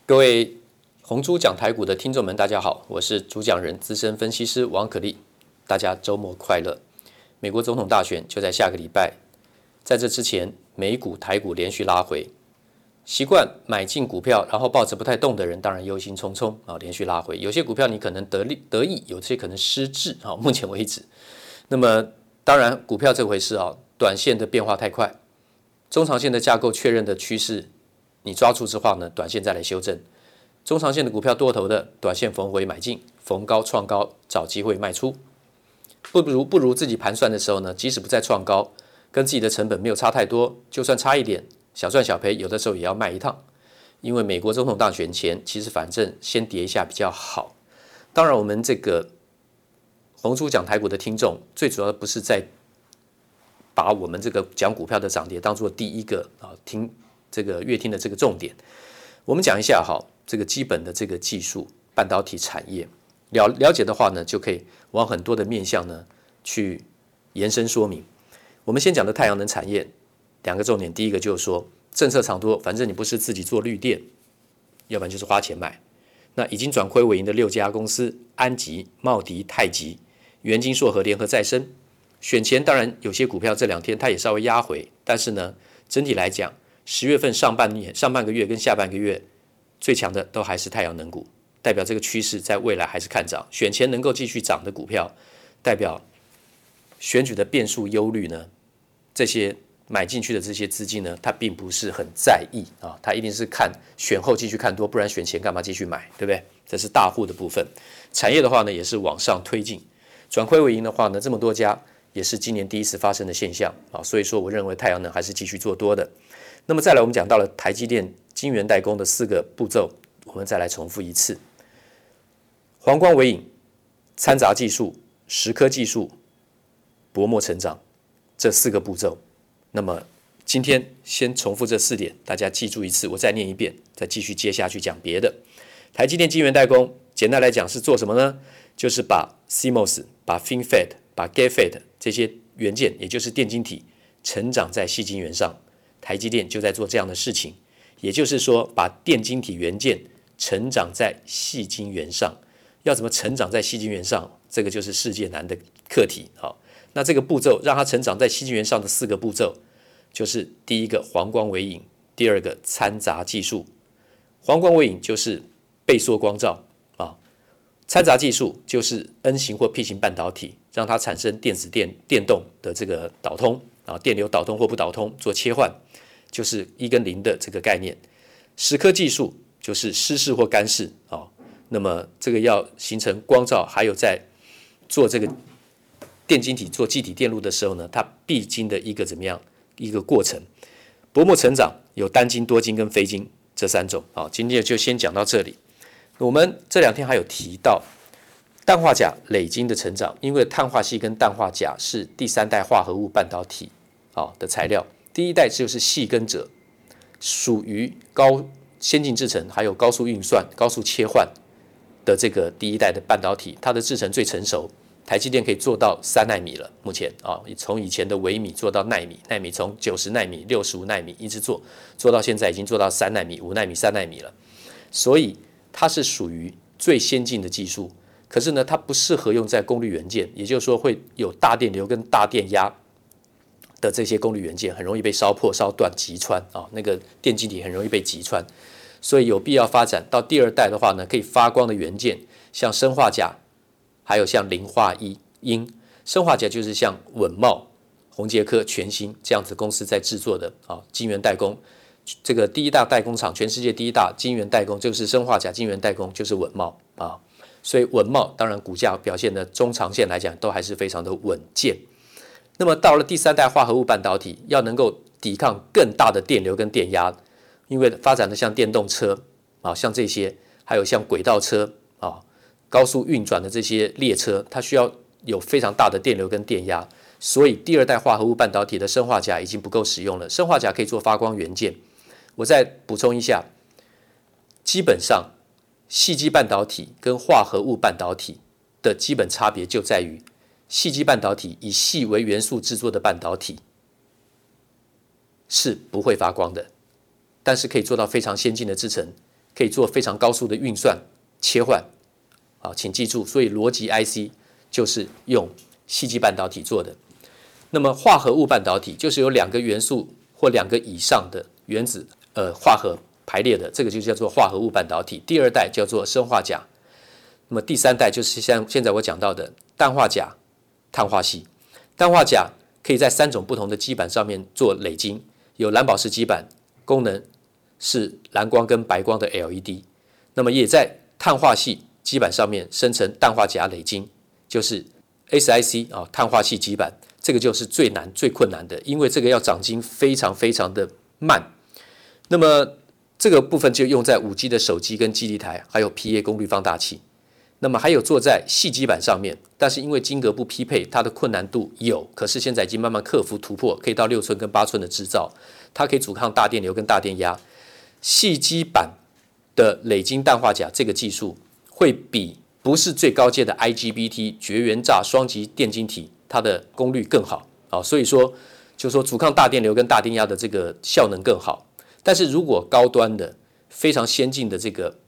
各位红猪讲台股的听众们，大家好，我是主讲人资深分析师王可立，大家周末快乐。美国总统大选就在下个礼拜，在这之前，美股、台股连续拉回，习惯买进股票然后抱着不太动的人，当然忧心忡忡啊，连续拉回。有些股票你可能得意，有些可能失智啊。目前为止，那么当然股票这回事啊，短线的变化太快，中长线的架构确认的趋势。你抓住之后呢，短线再来修正。中长线的股票多头的，短线逢回买进，逢高创高找机会卖出。不如自己盘算的时候呢，即使不再创高，跟自己的成本没有差太多，就算差一点，小赚小赔，有的时候也要卖一趟。因为美国总统大选前，其实反正先跌一下比较好。当然，我们这个红猪讲台股的听众，最主要不是在把我们这个讲股票的涨跌当做第一个听。这个乐听的这个重点，我们讲一下这个基本的这个技术半导体产业了解的话呢，就可以往很多的面向呢去延伸说明。我们先讲的太阳能产业两个重点，第一个就是说政策长多，反正你不是自己做绿电，要不然就是花钱买。那已经转亏为盈的6家公司，安集、茂迪、太极、元晶硕和联合再生，选前当然有些股票这2天它也稍微压回，但是呢，整体来讲。10月份上半个月跟下半个月最强的都还是太阳能股，代表这个趋势在未来还是看涨。选前能够继续涨的股票，代表选举的变数忧虑呢，这些买进去的这些资金呢，它并不是很在意啊，它一定是看选后继续看多，不然选前干嘛继续买，对不对？这是大户的部分。产业的话呢，也是往上推进，转亏为盈的话呢，这么多家也是今年第一次发生的现象啊，所以说我认为太阳能还是继续做多的。那么再来，我们讲到了台积电晶圆代工的4个步骤，我们再来重复一次：黄光微影、掺杂技术、蚀刻技术、薄膜成长这4个步骤。那么今天先重复这4点，大家记住一次，我再念一遍，再继续接下去讲别的。台积电晶圆代工，简单来讲是做什么呢？就是把 CMOS、把 FinFET、把 GATFET 这些元件，也就是电晶体，成长在矽晶圆上。台积电就在做这样的事情，也就是说，把电晶体元件成长在矽晶圆上。要怎么成长在矽晶圆上？这个就是世界难的课题。好，那这个步骤让它成长在矽晶圆上的4个步骤，就是第一个黄光微影，第二个掺杂技术。黄光微影就是倍缩光照啊，掺杂技术就是 N 型或 P 型半导体，让它产生电子电动的这个导通啊，电流导通或不导通做切换。就是1跟0的这个概念，蚀刻技术就是湿式或干式那么这个要形成光照，还有在做这个电晶体做基体电路的时候呢，它必经的一个怎么样一个过程。薄膜成长有单晶、多晶跟非晶这3种。好，今天就先讲到这里。我们这2天还有提到氮化钾累晶的成长，因为碳化矽跟氮化钾是第3代化合物半导体的材料。第1代就是矽跟锗，属于高先进制程，还有高速运算、高速切换的这个第1代的半导体，它的制程最成熟。台积电可以做到3奈米了，目前从以前的微米做到奈米，奈米从90奈米、65奈米一直做到现在已经做到3奈米、5奈米、3奈米了，所以它是属于最先进的技术。可是呢，它不适合用在功率元件，也就是说会有大电流跟大电压。的这些功率元件很容易被烧破、烧断、击穿那个电晶体很容易被击穿，所以有必要发展到第2代的话呢，可以发光的元件，像砷化钾，还有像磷化铟。砷化钾就是像稳懋、宏捷科、全新这样子公司在制作的晶圆代工。这个第1大代工厂，全世界第1大晶圆代工就是砷化钾晶圆代工，就是稳懋所以稳懋当然股价表现的中长线来讲都还是非常的稳健。那么到了第3代化合物半导体，要能够抵抗更大的电流跟电压，因为发展的像电动车像这些，还有像轨道车高速运转的这些列车，它需要有非常大的电流跟电压，所以第2代化合物半导体的砷化钾已经不够使用了。砷化钾可以做发光元件。我再补充一下，基本上矽基半导体跟化合物半导体的基本差别就在于。矽基半导体以矽为元素制作的半导体是不会发光的，但是可以做到非常先进的制程， 可以做非常高速的运算切换。请记住，所以逻辑 IC 就是用细基半导体做的。那么化合物半导体就是有2个元素或2个以上的原子化合排列的，这个就叫做化合物半导体。第2代叫做砷化钾，那么第3代就是像现在我讲到的氮化钾碳化系。氮化钾可以在3种不同的基板上面做累晶，有蓝宝石基板，功能是蓝光跟白光的 LED， 那么也在碳化系基板上面生成氮化钾累晶，就是 SiC 碳化系基板，这个就是最难最困难的，因为这个要长晶非常非常的慢。那么这个部分就用在5G 的手机跟基地台，还有 PA 功率放大器。那么还有做在细基板上面，但是因为晶格不匹配，它的困难度有，可是现在已经慢慢克服突破，可以到6寸跟8寸的制造，它可以阻抗大电流跟大电压。细基板的累晶氮化钾这个技术会比不是最高阶的 IGBT 绝缘栅双极电晶体它的功率更好所以说就说阻抗大电流跟大电压的这个效能更好。但是如果高端的非常先进的这个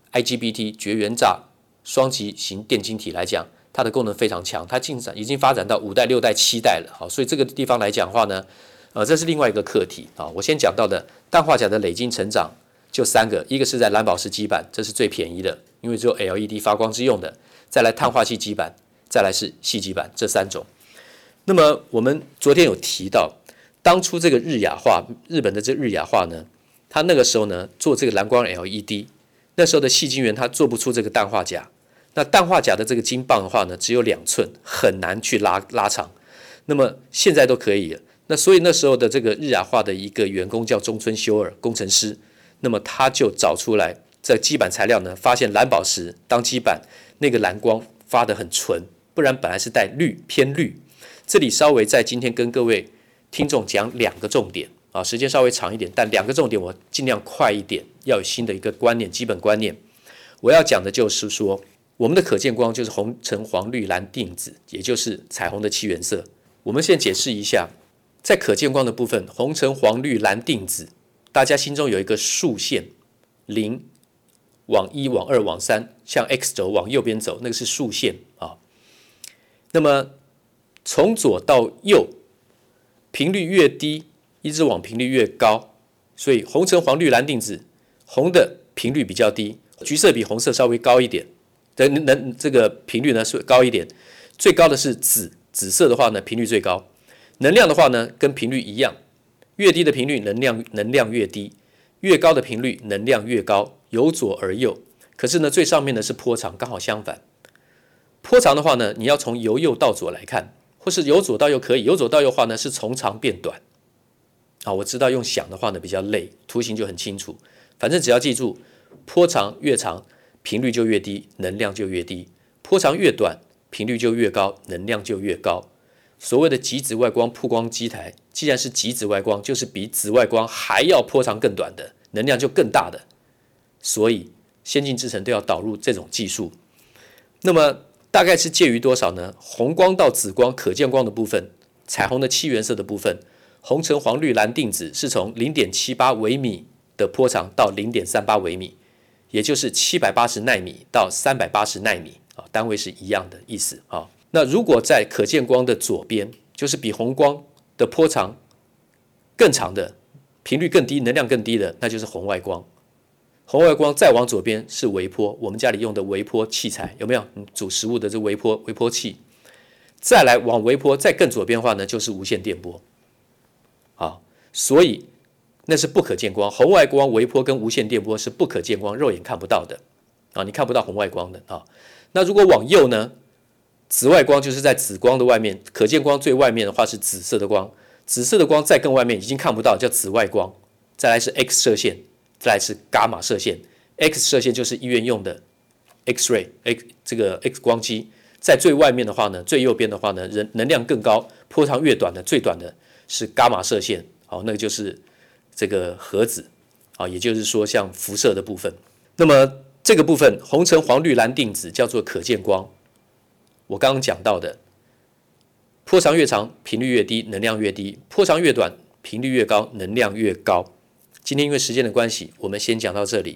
IGBT 绝缘栅双极型电晶体来讲，它的功能非常强，它已经发展到5代、6代、7代了所以这个地方来讲的话呢，这是另外一个课题我先讲到的氮化钾的累晶成长就3个，一个是在蓝宝石基板，这是最便宜的，因为只有 LED 发光之用的，再来碳化系基板，再来是细基板，这3种。那么我们昨天有提到，当初这个日本的这日亚化呢，它那个时候呢做这个蓝光 LED， 那时候的细晶圆它做不出这个氮化钾，那氮化钾的这个晶棒的话呢，只有2寸，很难去拉长。那么现在都可以了，那所以那时候的这个日亚化的一个员工叫中村修二工程师，那么他就找出来这基板材料呢，发现蓝宝石当基板那个蓝光发得很纯，不然本来是带偏绿。这里稍微在今天跟各位听众讲2个重点时间稍微长一点，但2个重点我尽量快一点，要有新的一个观念，基本观念。我要讲的就是说，我们的可见光就是红橙黄绿蓝靛紫，也就是彩虹的7原色。我们先解释一下，在可见光的部分，红橙黄绿蓝靛紫，大家心中有一个竖线，0往1往2往3，像 X 轴往右边走，那个是竖线那么从左到右，频率越低，一直往频率越高，所以红橙黄绿蓝靛紫，红的频率比较低，橘色比红色稍微高一点，这个频率呢是高一点，最高的是紫色的话呢频率最高，能量的话呢跟频率一样，越低的频率能量越低，越高的频率能量越高，由左而右。可是呢最上面的是波长，刚好相反。波长的话呢，你要从由右到左来看，或是由左到右可以，由左到右的话呢是从长变短我知道用想的话呢比较累，图形就很清楚，反正只要记住波长越长频率就越低，能量就越低，波长越短频率就越高，能量就越高。所谓的极紫外光曝光机台，既然是极紫外光，就是比紫外光还要波长更短的，能量就更大的，所以先进制程都要导入这种技术。那么大概是介于多少呢？红光到紫光可见光的部分，彩虹的7原色的部分，红橙黄绿蓝靛紫是从 0.78 微米的波长到 0.38 微米，也就是780奈米到380奈米单位是一样的意思那如果在可见光的左边，就是比红光的波长更长的，频率更低，能量更低的，那就是红外光。红外光再往左边是微波，我们家里用的微波器材有没有？煮食物的这微波器。再来往微波再更左边的话呢，就是无线电波。所以那是不可见光，红外光、微波跟无线电波是不可见光，肉眼看不到的你看不到红外光的那如果往右呢？紫外光就是在紫光的外面，可见光最外面的话是紫色的光，紫色的光再更外面已经看不到，叫紫外光。再来是 X 射线，再来是伽马射线。X 射线就是医院用的 X-ray， 这个 X 光机。在最外面的话呢，最右边的话呢，能量更高，波长越短的，最短的是伽马射线，那个就是这个核子也就是说像辐射的部分。那么这个部分红橙黄绿蓝靛紫叫做可见光。我刚刚讲到的，波长越长频率越低，能量越低，波长越短频率越高，能量越高。今天因为时间的关系，我们先讲到这里。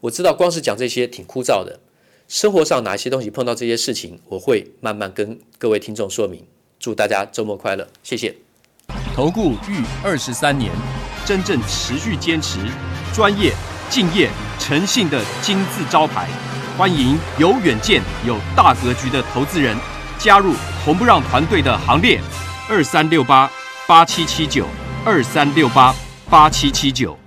我知道光是讲这些挺枯燥的，生活上哪些东西碰到这些事情，我会慢慢跟各位听众说明。祝大家周末快乐，谢谢。 投顾逾23年，真正持续坚持、专业、敬业、诚信的金字招牌。欢迎有远见、有大格局的投资人加入红不让团队的行列。23688779，23688779。